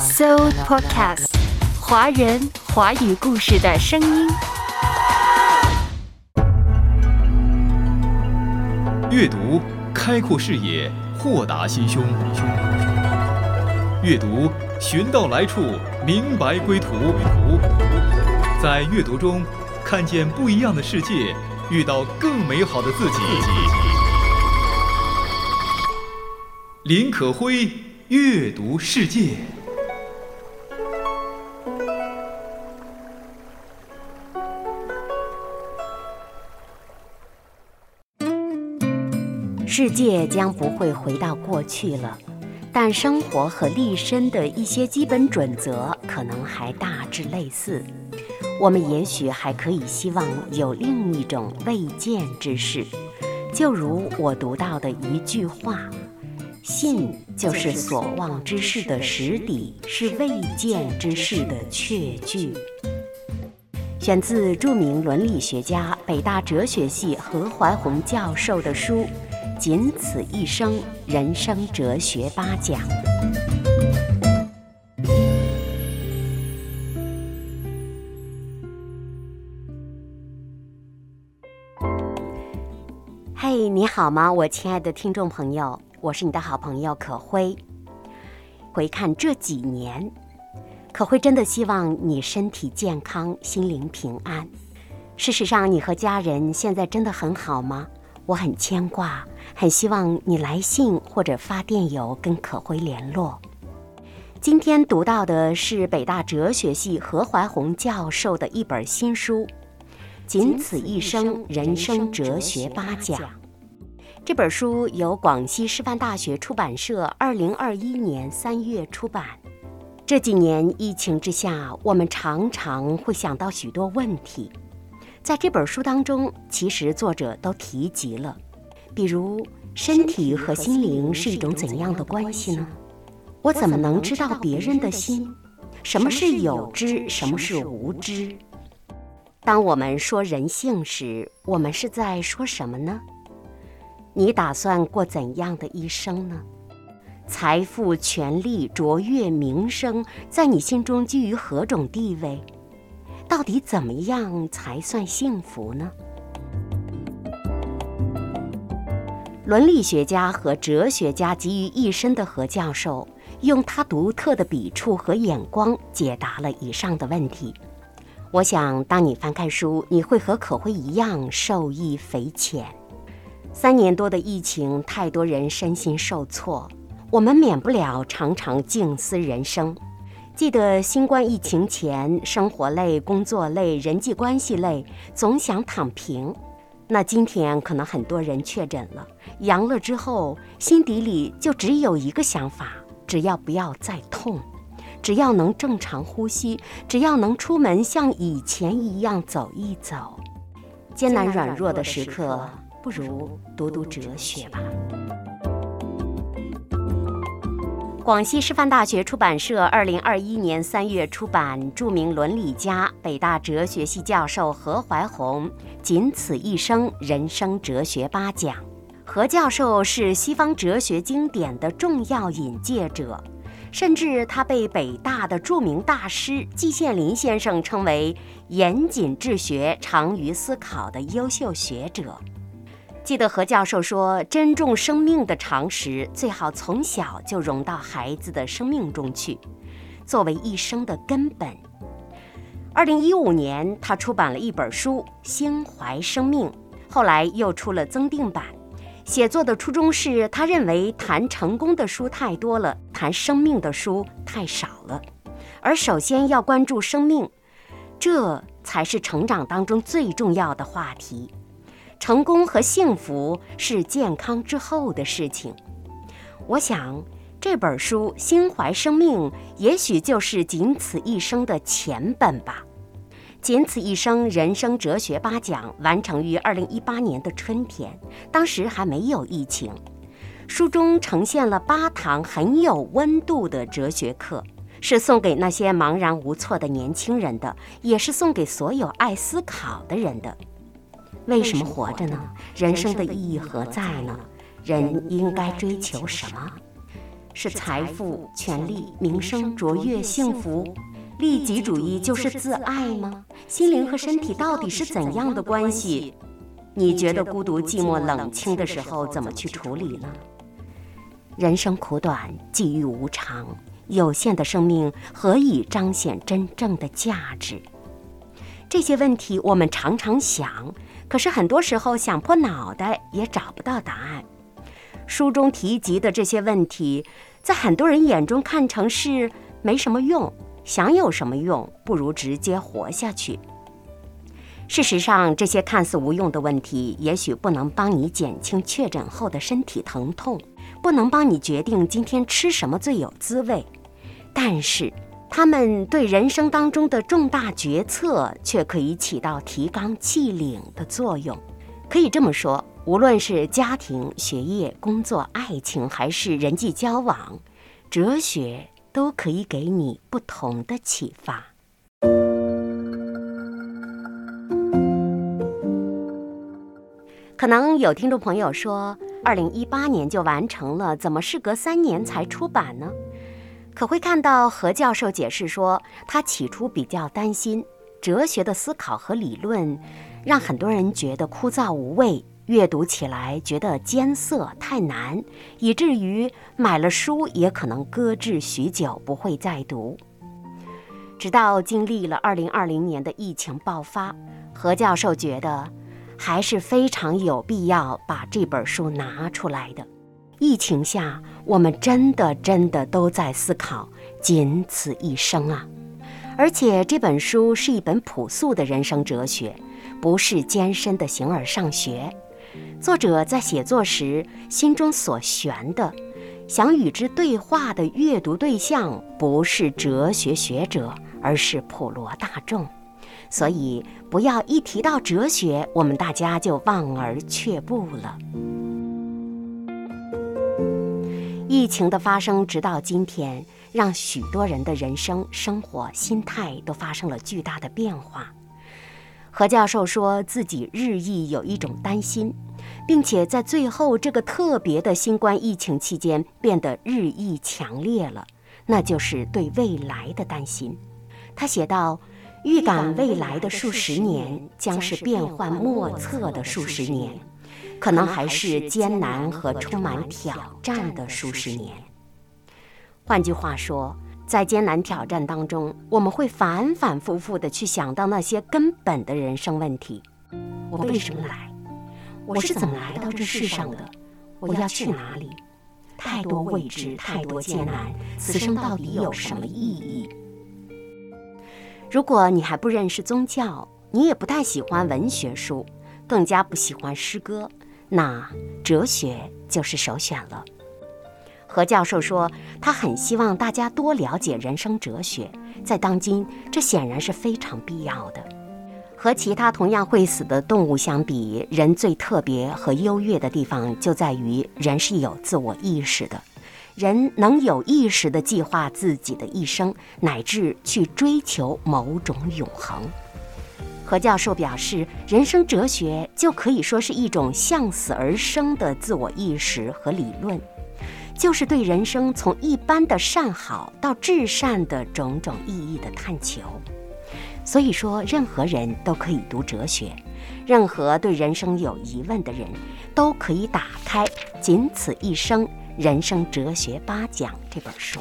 So Podcast 华人华语故事的声音。 阅读开阔视野，豁达心胸。阅读寻到来处，明白归途。在阅读中看见不一样的世界，遇到更美好的自己。林可辉阅读世界。 世界将不会回到过去了，但生活和立身的一些基本准则可能还大致类似。我们也许还可以希望有另一种未见之事，就如我读到的一句话：信就是所望之事的实底，是未见之事的确据。选自著名伦理学家、北大哲学系何怀宏教授的书《仅此一生：人生哲学8讲》。嘿，你好吗？我亲爱的听众朋友，我是你的好朋友可辉。回看这几年，可辉真的希望你身体健康，心灵平安。事实上，你和家人现在真的很好吗？我很牵挂，很希望你来信或者发电邮跟可辉联络。今天读到的是北大哲学系何怀宏教授的一本新书《仅此一生：人生哲学8讲》。这本书由广西师范大学出版社2021年3月出版。这几年疫情之下，我们常常会想到许多问题。在这本书当中，其实作者都提及了，比如身体和心灵是一种怎样的关系呢？我怎么能知道别人的心？什么是有知，什么是无知？当我们说人性时，我们是在说什么呢？你打算过怎样的一生呢？财富、权力、卓越、名声，在你心中居于何种地位？到底怎么样才算幸福呢？伦理学家和哲学家集于一身的何教授，用他独特的笔触和眼光解答了以上的问题。我想，当你翻开书，你会和可辉一样受益匪浅。3年多的疫情，太多人身心受挫，我们免不了常常静思人生。记得新冠疫情前，生活累、工作累、人际关系累，总想躺平。那今天可能很多人确诊了，阳了之后，心底里就只有一个想法：只要不要再痛，只要能正常呼吸，只要能出门像以前一样走一走。艰难软弱的时刻，不如读读哲学吧。广西师范大学出版社2021年3月出版，著名伦理家、北大哲学系教授何怀宏《仅此一生：人生哲学8讲》。何教授是西方哲学经典的重要引介者，甚至他被北大的著名大师季羡林先生称为严谨治学、长于思考的优秀学者。记得何教授说，珍重生命的常识最好从小就融到孩子的生命中去，作为一生的根本。2015年，他出版了一本书《心怀生命》，后来又出了增订版。写作的初衷是，他认为谈成功的书太多了，谈生命的书太少了，而首先要关注生命，这才是成长当中最重要的话题。成功和幸福是健康之后的事情。我想，这本书《心怀生命》也许就是仅此一生的前本吧。仅此一生：人生哲学8讲完成于2018年的春天，当时还没有疫情。书中呈现了8堂很有温度的哲学课，是送给那些茫然无措的年轻人的，也是送给所有爱思考的人的。为什么活着呢？人生的意义何在呢？人应该追求什么？ 是财富、权力、名声、卓越、幸福？利己主义就是自爱吗？心灵和身体到底是怎样的关系？你觉得孤独、寂寞、冷清的时候怎么去处理呢？人生苦短，际遇无常，有限的生命何以彰显真正的价值？这些问题我们常常想，可是很多时候想破脑袋也找不到答案。书中提及的这些问题，在很多人眼中看成是没什么用，想有什么用，不如直接活下去。事实上，这些看似无用的问题，也许不能帮你减轻确诊后的身体疼痛，不能帮你决定今天吃什么最有滋味，但是他们对人生当中的重大决策却可以起到提纲挈领的作用。可以这么说，无论是家庭、学业、工作、爱情，还是人际交往，哲学都可以给你不同的启发。可能有听众朋友说，2018年就完成了，怎么事隔3年才出版呢？可会看到何教授解释说，他起初比较担心哲学的思考和理论让很多人觉得枯燥无味，阅读起来觉得艰涩太难，以至于买了书也可能搁置许久，不会再读。直到经历了2020年的疫情爆发，何教授觉得还是非常有必要把这本书拿出来的。疫情下，我们真的都在思考仅此一生啊！而且这本书是一本朴素的人生哲学，不是艰深的形而上学。作者在写作时心中所悬的，想与之对话的阅读对象不是哲学学者，而是普罗大众。所以不要一提到哲学，我们大家就望而却步了。疫情的发生直到今天，让许多人的人生、生活、心态都发生了巨大的变化。何教授说自己日益有一种担心，并且在最后这个特别的新冠疫情期间变得日益强烈了，那就是对未来的担心。他写道，预感未来的数十年将是变幻莫测的数十年，可能还是艰难和充满挑战的数十年。换句话说，在艰难挑战当中，我们会反反复复地去想到那些根本的人生问题：我为什么来？我是怎么来到这世上的？我要去哪里？太多未知，太多艰难，此生到底有什么意义？如果你还不认识宗教，你也不太喜欢文学书，更加不喜欢诗歌，那哲学就是首选了。何教授说，他很希望大家多了解人生哲学，在当今，这显然是非常必要的。和其他同样会死的动物相比，人最特别和优越的地方就在于人是有自我意识的，人能有意识地计划自己的一生，乃至去追求某种永恒。何教授表示，人生哲学就可以说是一种向死而生的自我意识和理论，就是对人生从一般的善好到至善的种种意义的探求。所以说，任何人都可以读哲学，任何对人生有疑问的人都可以打开《仅此一生人生哲学8讲》这本书。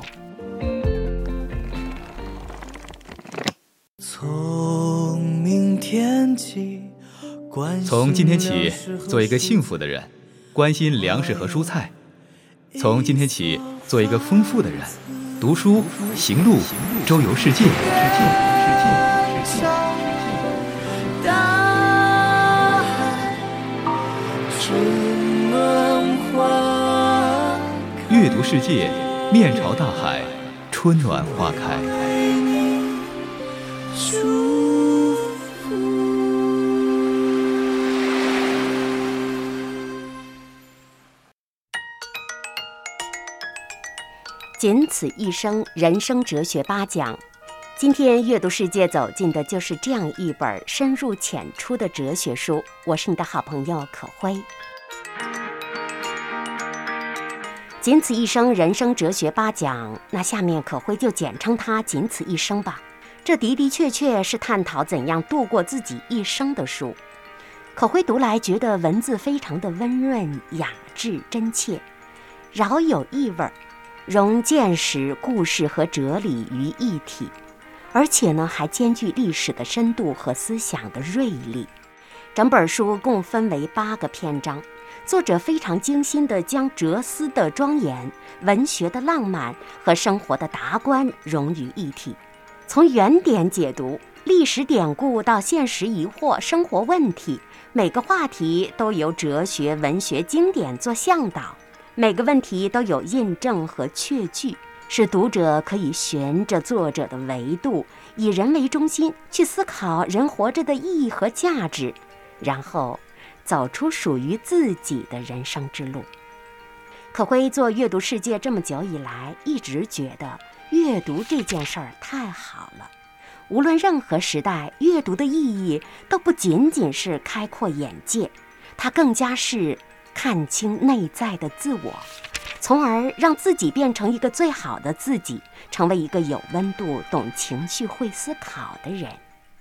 从今天起，做一个幸福的人，关心粮食和蔬菜。从今天起，做一个丰富的人，读书、行路、周游世界。阅读世界，面朝大海，春暖花开。 仅此一生人生哲学8讲。今天阅读世界走进的就是这样一本深入浅出的哲学书。我是你的好朋友可辉。 仅此一生人生哲学8讲，那下面可辉就简称它仅此一生吧。这的的确确是探讨怎样度过自己一生的书。可辉读来觉得文字非常的温润、雅致、真切，饶有意味，融见识、故事和哲理于一体，而且呢还兼具历史的深度和思想的锐利。整本书共分为8个篇章，作者非常精心地将哲思的庄严、文学的浪漫和生活的达观融于一体。从原点解读、历史典故到现实疑惑、生活问题，每个话题都由哲学、文学经典做向导，每个问题都有印证和确据，使读者可以循着作者的维度，以人为中心去思考人活着的意义和价值，然后走出属于自己的人生之路。可辉做阅读世界这么久以来，一直觉得阅读这件事儿太好了。无论任何时代，阅读的意义都不仅仅是开阔眼界，它更加是看清内在的自我，从而让自己变成一个最好的自己，成为一个有温度、懂情绪、会思考的人。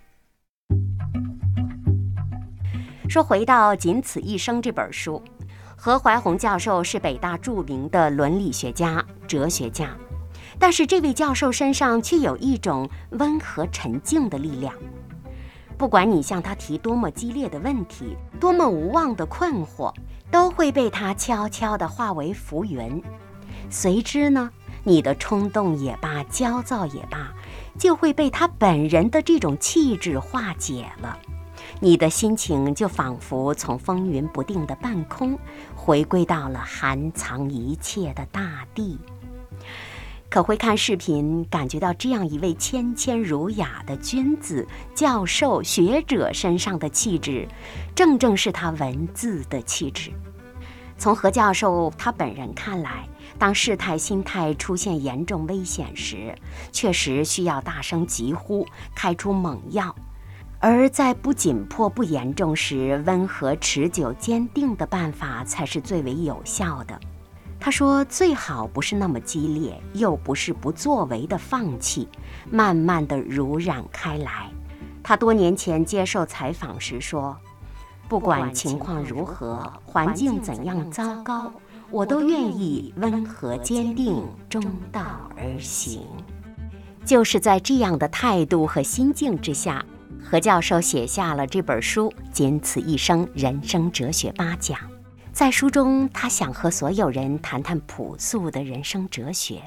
说回到《仅此一生》这本书，何怀宏教授是北大著名的伦理学家、哲学家，但是这位教授身上却有一种温和沉静的力量。不管你向他提多么激烈的问题，多么无望的困惑，都会被他悄悄地化为浮云。随之呢，你的冲动也罢，焦躁也罢，就会被他本人的这种气质化解了。你的心情就仿佛从风云不定的半空回归到了含藏一切的大地。可会看视频感觉到这样一位谦谦儒雅的君子、教授、学者身上的气质，正正是他文字的气质。从何教授他本人看来，当事态心态出现严重危险时，确实需要大声疾呼，开出猛药；而在不紧迫不严重时，温和持久坚定的办法才是最为有效的。他说，最好不是那么激烈，又不是不作为的放弃，慢慢地濡染开来。他多年前接受采访时说，不管情况如何，环境怎样糟糕，我都愿意温和坚定，中道而行。就是在这样的态度和心境之下，何教授写下了这本书《仅此一生人生哲学8讲》。在书中，他想和所有人谈谈朴素的人生哲学。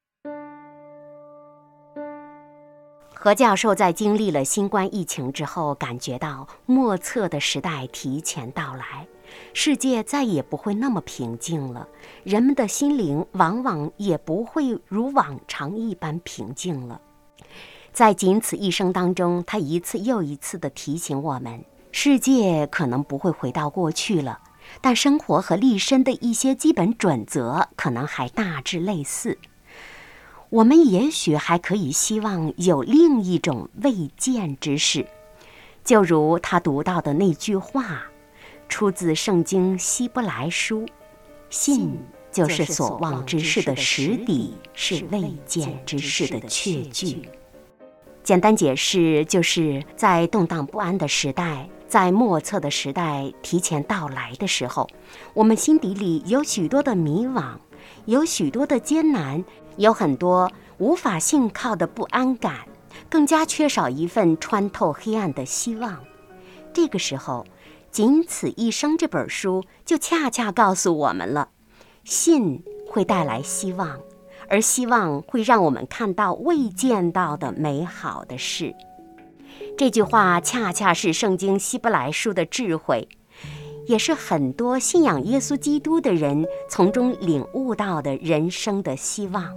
何教授在经历了新冠疫情之后，感觉到莫测的时代提前到来，世界再也不会那么平静了，人们的心灵往往也不会如往常一般平静了。在仅此一生当中，他一次又一次地提醒我们，世界可能不会回到过去了，但生活和立身的一些基本准则可能还大致类似。我们也许还可以希望有另一种未见之事，就如他读到的那句话，出自圣经希伯来书，信就是所望之事的实底，是未见之事的确据。简单解释，就是在动荡不安的时代，在莫测的时代提前到来的时候，我们心底里有许多的迷惘，有许多的艰难，有很多无法信靠的不安感，更加缺少一份穿透黑暗的希望。这个时候，仅此一生这本书就恰恰告诉我们了，信会带来希望，而希望会让我们看到未见到的美好的事。这句话恰恰是圣经希伯来书的智慧，也是很多信仰耶稣基督的人从中领悟到的人生的希望。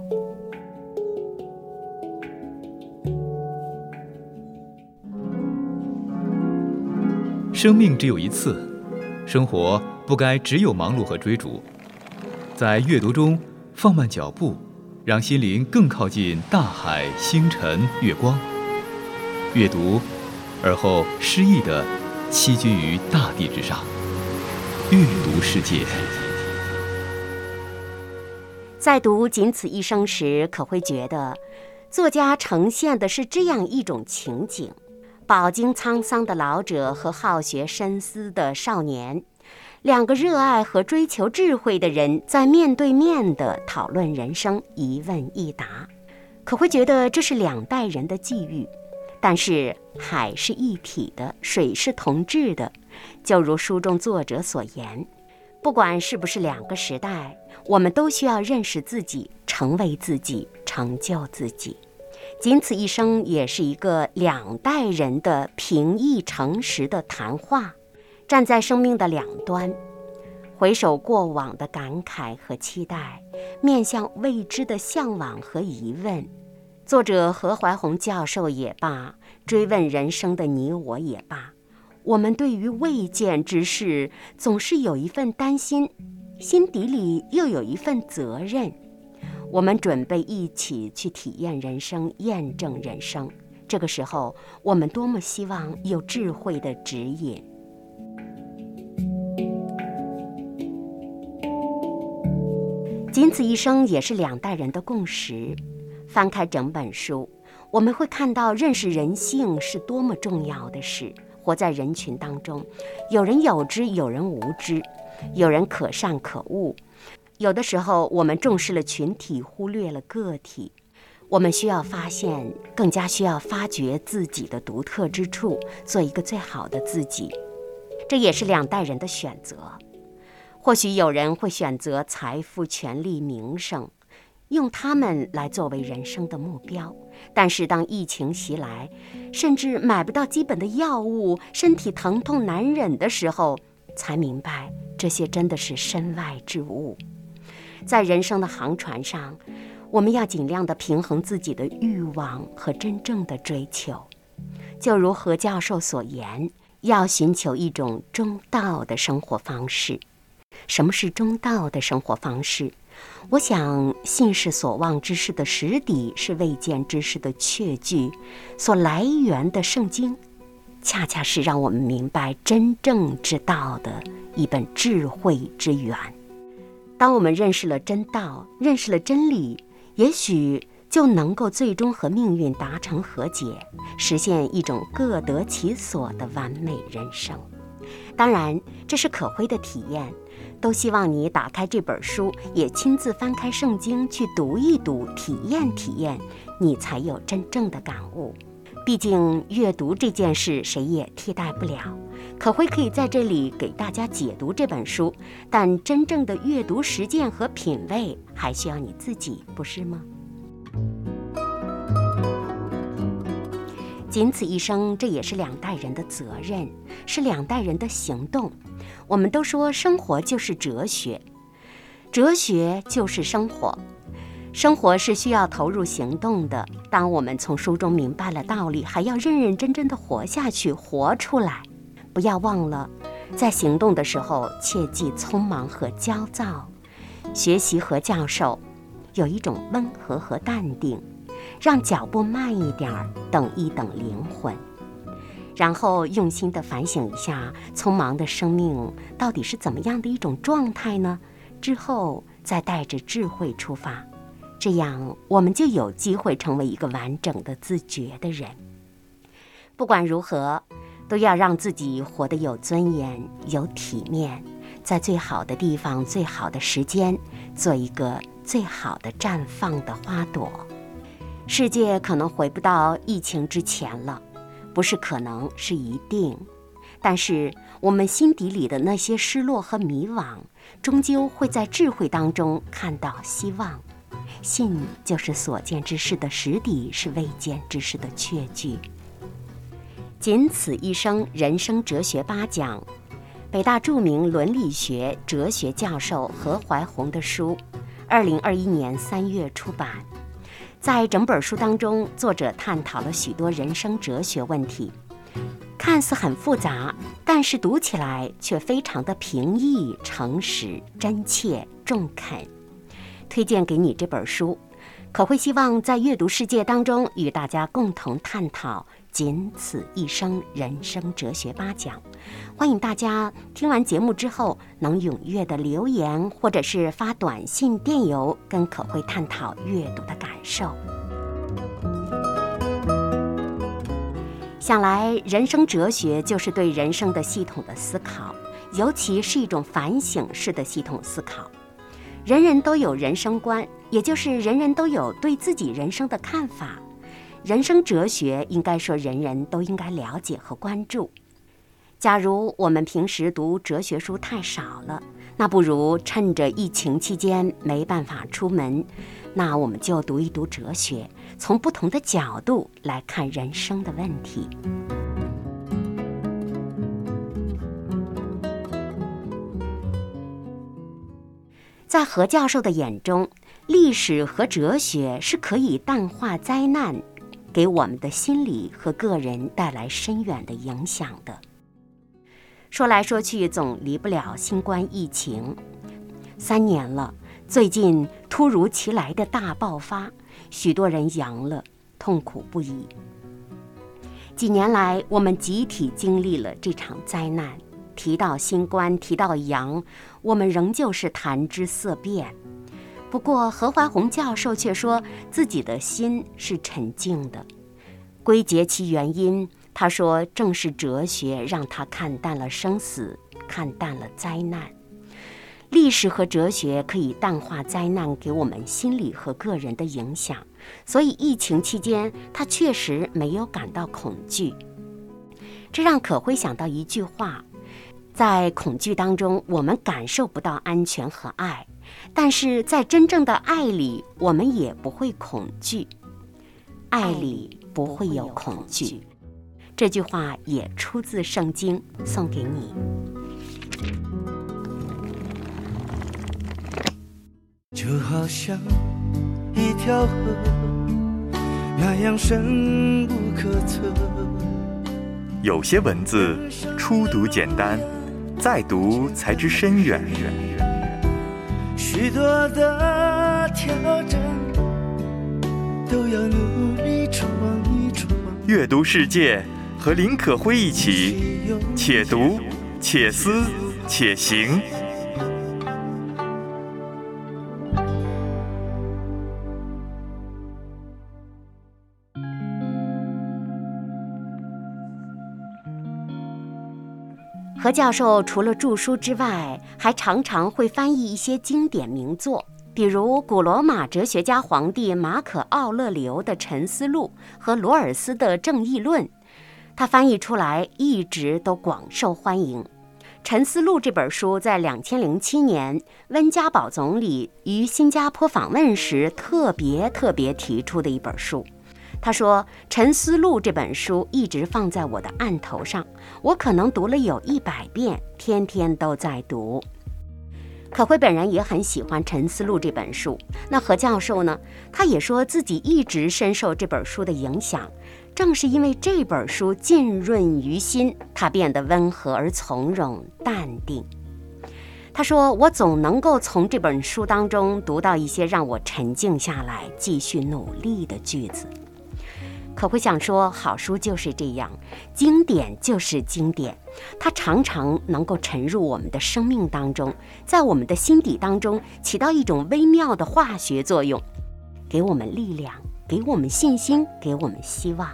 生命只有一次，生活不该只有忙碌和追逐。在阅读中放慢脚步，让心灵更靠近大海、星辰、月光。阅读，而后诗意地栖居于大地之上。阅读世界。 在读《仅此一生》时，可会觉得作家呈现的是这样一种情景：饱经沧桑的老者和好学深思的少年，两个热爱和追求智慧的人在面对面地讨论人生，一问一答。可会觉得这是两代人的际遇，但是海是一体的，水是同质的，就如书中作者所言，不管是不是两个时代，我们都需要认识自己，成为自己，成就自己。仅此一生也是一个两代人的平易诚实的谈话，站在生命的两端，回首过往的感慨和期待，面向未知的向往和疑问。作者何怀宏教授也罢，追问人生的你我也罢，我们对于未见之事总是有一份担心，心底里又有一份责任。我们准备一起去体验人生，验证人生。这个时候，我们多么希望有智慧的指引。仅此一生也是两代人的共识。翻开整本书，我们会看到认识人性是多么重要的事。活在人群当中，有人有知，有人无知，有人可善可恶。有的时候我们重视了群体，忽略了个体。我们需要发现，更加需要发掘自己的独特之处，做一个最好的自己。这也是两代人的选择。或许有人会选择财富、权力、名声，用它们来作为人生的目标，但是当疫情袭来，甚至买不到基本的药物，身体疼痛难忍的时候，才明白这些真的是身外之物。在人生的航船上，我们要尽量地平衡自己的欲望和真正的追求。就如何教授所言，要寻求一种中道的生活方式。什么是中道的生活方式？我想，信是所望之事的实底，是未见之事的确据，所来源的圣经，恰恰是让我们明白真正之道的一本智慧之源。当我们认识了真道，认识了真理，也许就能够最终和命运达成和解，实现一种各得其所的完美人生。当然，这是可贵的体验，都希望你打开这本书，也亲自翻开圣经去读一读，体验体验，你才有真正的感悟。毕竟阅读这件事谁也替代不了，可会可以在这里给大家解读这本书，但真正的阅读实践和品味还需要你自己，不是吗？仅此一生，这也是两代人的责任，是两代人的行动。我们都说生活就是哲学，哲学就是生活，生活是需要投入行动的。当我们从书中明白了道理，还要认认真真的活下去，活出来。不要忘了，在行动的时候切忌匆忙和焦躁。学习和教授有一种温和和淡定，让脚步慢一点，等一等灵魂，然后用心地反省一下，匆忙的生命到底是怎么样的一种状态呢？之后再带着智慧出发，这样我们就有机会成为一个完整的自觉的人。不管如何，都要让自己活得有尊严、有体面，在最好的地方、最好的时间，做一个最好的绽放的花朵。世界可能回不到疫情之前了，不是可能，是一定。但是我们心底里的那些失落和迷惘，终究会在智慧当中看到希望。信就是所见之事的实底，是未见之事的确据。仅此一生人生哲学8讲，北大著名伦理学哲学教授何怀宏的书，2021年3月出版。在整本书当中，作者探讨了许多人生哲学问题，看似很复杂，但是读起来却非常的平易、诚实、真切、中肯。推荐给你这本书，可会希望在阅读世界当中与大家共同探讨仅此一生人生哲学8讲。欢迎大家听完节目之后能踊跃的留言，或者是发短信电邮跟可慧探讨阅读的感受。想来人生哲学就是对人生的系统的思考，尤其是一种反省式的系统思考。人人都有人生观，也就是人人都有对自己人生的看法。人生哲学应该说人人都应该了解和关注。假如我们平时读哲学书太少了，那不如趁着疫情期间没办法出门，那我们就读一读哲学，从不同的角度来看人生的问题。在何教授的眼中，历史和哲学是可以淡化灾难，给我们的心理和个人带来深远的影响的。说来说去总离不了新冠疫情，3年了，最近突如其来的大爆发，许多人阳了，痛苦不已。几年来，我们集体经历了这场灾难，提到新冠，提到阳，我们仍旧是谈之色变。不过何怀宏教授却说自己的心是沉静的，归结其原因，他说正是哲学让他看淡了生死，看淡了灾难。历史和哲学可以淡化灾难给我们心理和个人的影响，所以疫情期间他确实没有感到恐惧。这让可辉想到一句话，在恐惧当中我们感受不到安全和爱，但是在真正的爱里我们也不会恐惧，爱里不会有恐惧。这句话也出自圣经，送给你。 就好像一条河，那样深不可测。 有些文字初读简单，再读才知深远。 许多的挑战都要努力闯一闯。 阅读世界，和林可辉一起，且读且思且行。 何教授除了著书之外，还常常会翻译一些经典名作，比如古罗马哲学家皇帝马可·奥勒留的《沉思录》和罗尔斯的《正义论》，他翻译出来一直都广受欢迎。《沉思录》这本书在2007年温家宝总理于新加坡访问时特别提出的一本书。他说，《沉思录》这本书一直放在我的案头上，我可能读了有100遍，天天都在读。可辉本人也很喜欢《沉思录》这本书。那何教授呢？他也说自己一直深受这本书的影响，正是因为这本书浸润于心，他变得温和而从容淡定。他说，我总能够从这本书当中读到一些让我沉静下来继续努力的句子。可辉想说，好书就是这样，经典就是经典，它常常能够沉入我们的生命当中，在我们的心底当中起到一种微妙的化学作用，给我们力量，给我们信心，给我们希望。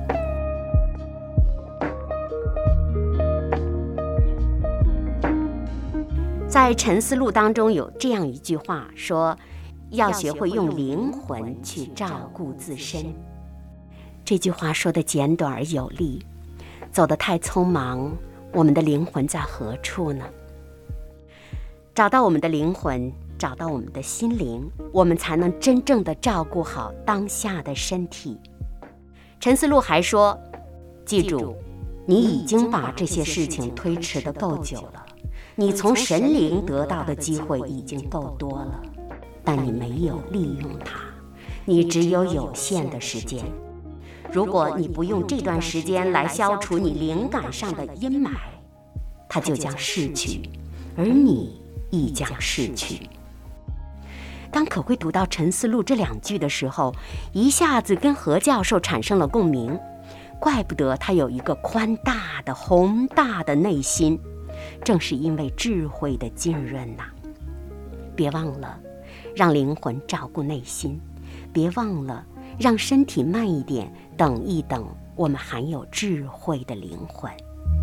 在《沉思录》当中有这样一句话，说要学会用灵魂去照顾自身。这句话说得简短而有力，走得太匆忙，我们的灵魂在何处呢？找到我们的灵魂，找到我们的心灵，我们才能真正的照顾好当下的身体。陈思路还说，记住，你已经把这些事情推迟得够久了，你从神灵得到的机会已经够多了，但你没有利用它，你只有有限的时间。如果你不用这段时间来消除你灵感上的阴霾，它就将逝去，而你亦将逝去。当可慧读到陈思路这2句的时候，一下子跟何教授产生了共鸣。 怪不得他有一个宽大的宏大的内心，正是因为智慧的浸润呐。别忘了让灵魂照顾内心，别忘了让身体慢一点，等一等我们含有智慧的灵魂。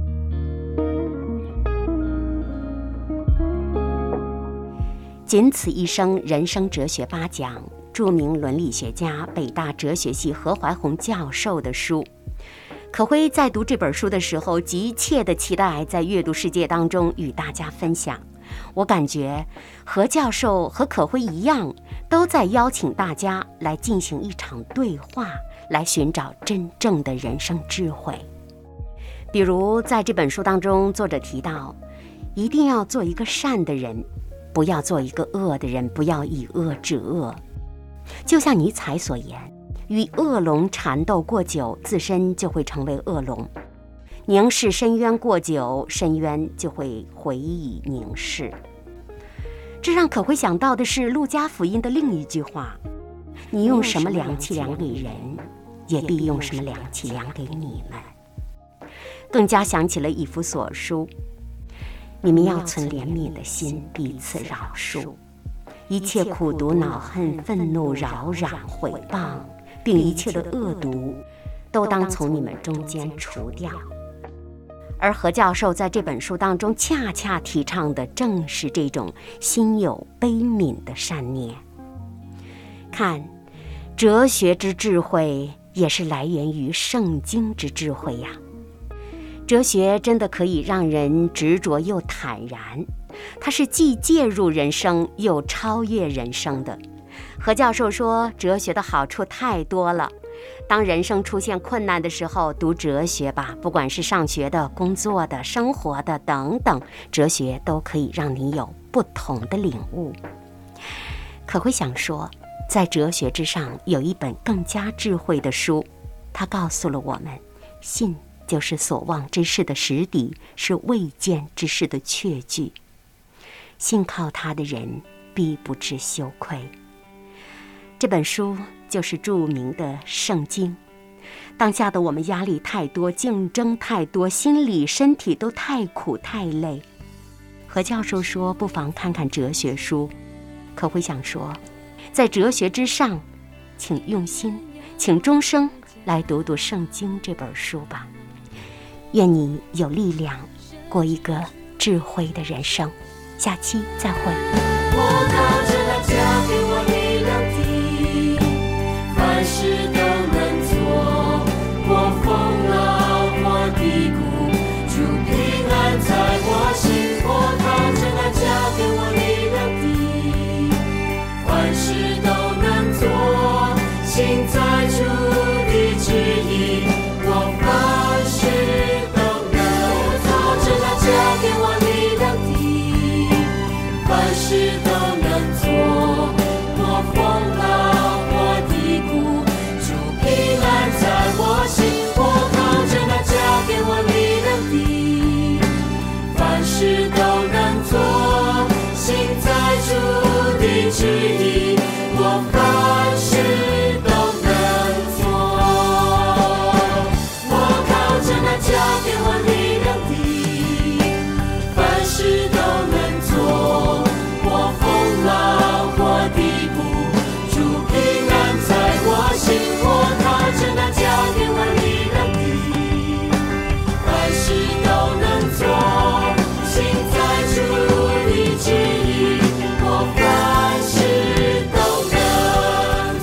仅此一生人生哲学8讲，著名伦理学家、北大哲学系何怀宏教授的书。可辉在读这本书的时候，急切地期待在阅读世界当中与大家分享。我感觉何教授和可辉一样，都在邀请大家来进行一场对话，来寻找真正的人生智慧。比如在这本书当中，作者提到，一定要做一个善的人，不要做一个恶的人，不要以恶制恶。就像尼采所言，与恶龙缠斗过久，自身就会成为恶龙；凝视深渊过久，深渊就会回以凝视。这让可辉想到的是路加福音的另一句话：你用什么量器量给人，也必用什么量器量给你们。更加想起了以弗所书：你们要存怜悯的心，彼此饶恕，一切苦毒、恼恨、愤怒、扰攘、毁谤，并一切的恶毒，都当从你们中间除掉。而何教授在这本书当中恰恰提倡的正是这种心有悲悯的善念。看，哲学之智慧也是来源于圣经之智慧呀。哲学真的可以让人执着又坦然，它是既介入人生又超越人生的。何教授说，哲学的好处太多了，当人生出现困难的时候，读哲学吧，不管是上学的、工作的、生活的等等，哲学都可以让你有不同的领悟。可会想说，在哲学之上有一本更加智慧的书，它告诉了我们，信就是所望之事的实底，是未见之事的确据。信靠他的人必不知羞愧。这本书就是著名的圣经。当下的我们压力太多，竞争太多，心理身体都太苦太累。何教授说，不妨看看哲学书。可会想说，在哲学之上，请用心，请终生来读读圣经这本书吧。愿你有力量过一个智慧的人生。下期再会。 我靠着那加给我力量的，凡事都能做，或风浪或低谷，主平安在我心。我靠着那加给我力量的，凡事都能做，行在主的旨意，我凡事都能做。靠着那加给我力量的，凡事都能做，或风浪或低谷，主平安在我心。我靠着那加给我力量的，凡事都能做，行在主的旨意，我凡事都能做。我靠着那加给我力量的，凡事都能做，或风浪或低谷，主平安在我心。我靠着那加给我力量的，凡事都能做，行在主的旨意，我凡事都能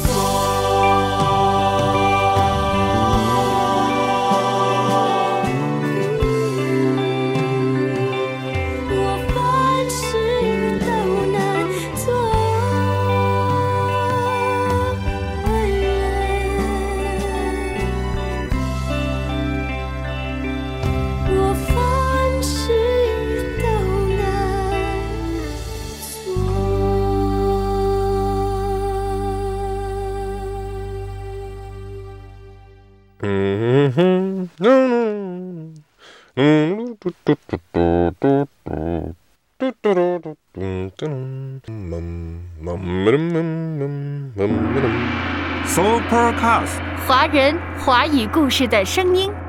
做，我凡事都能做。我凡事都能做。 Supercast 华人华语故事的声音。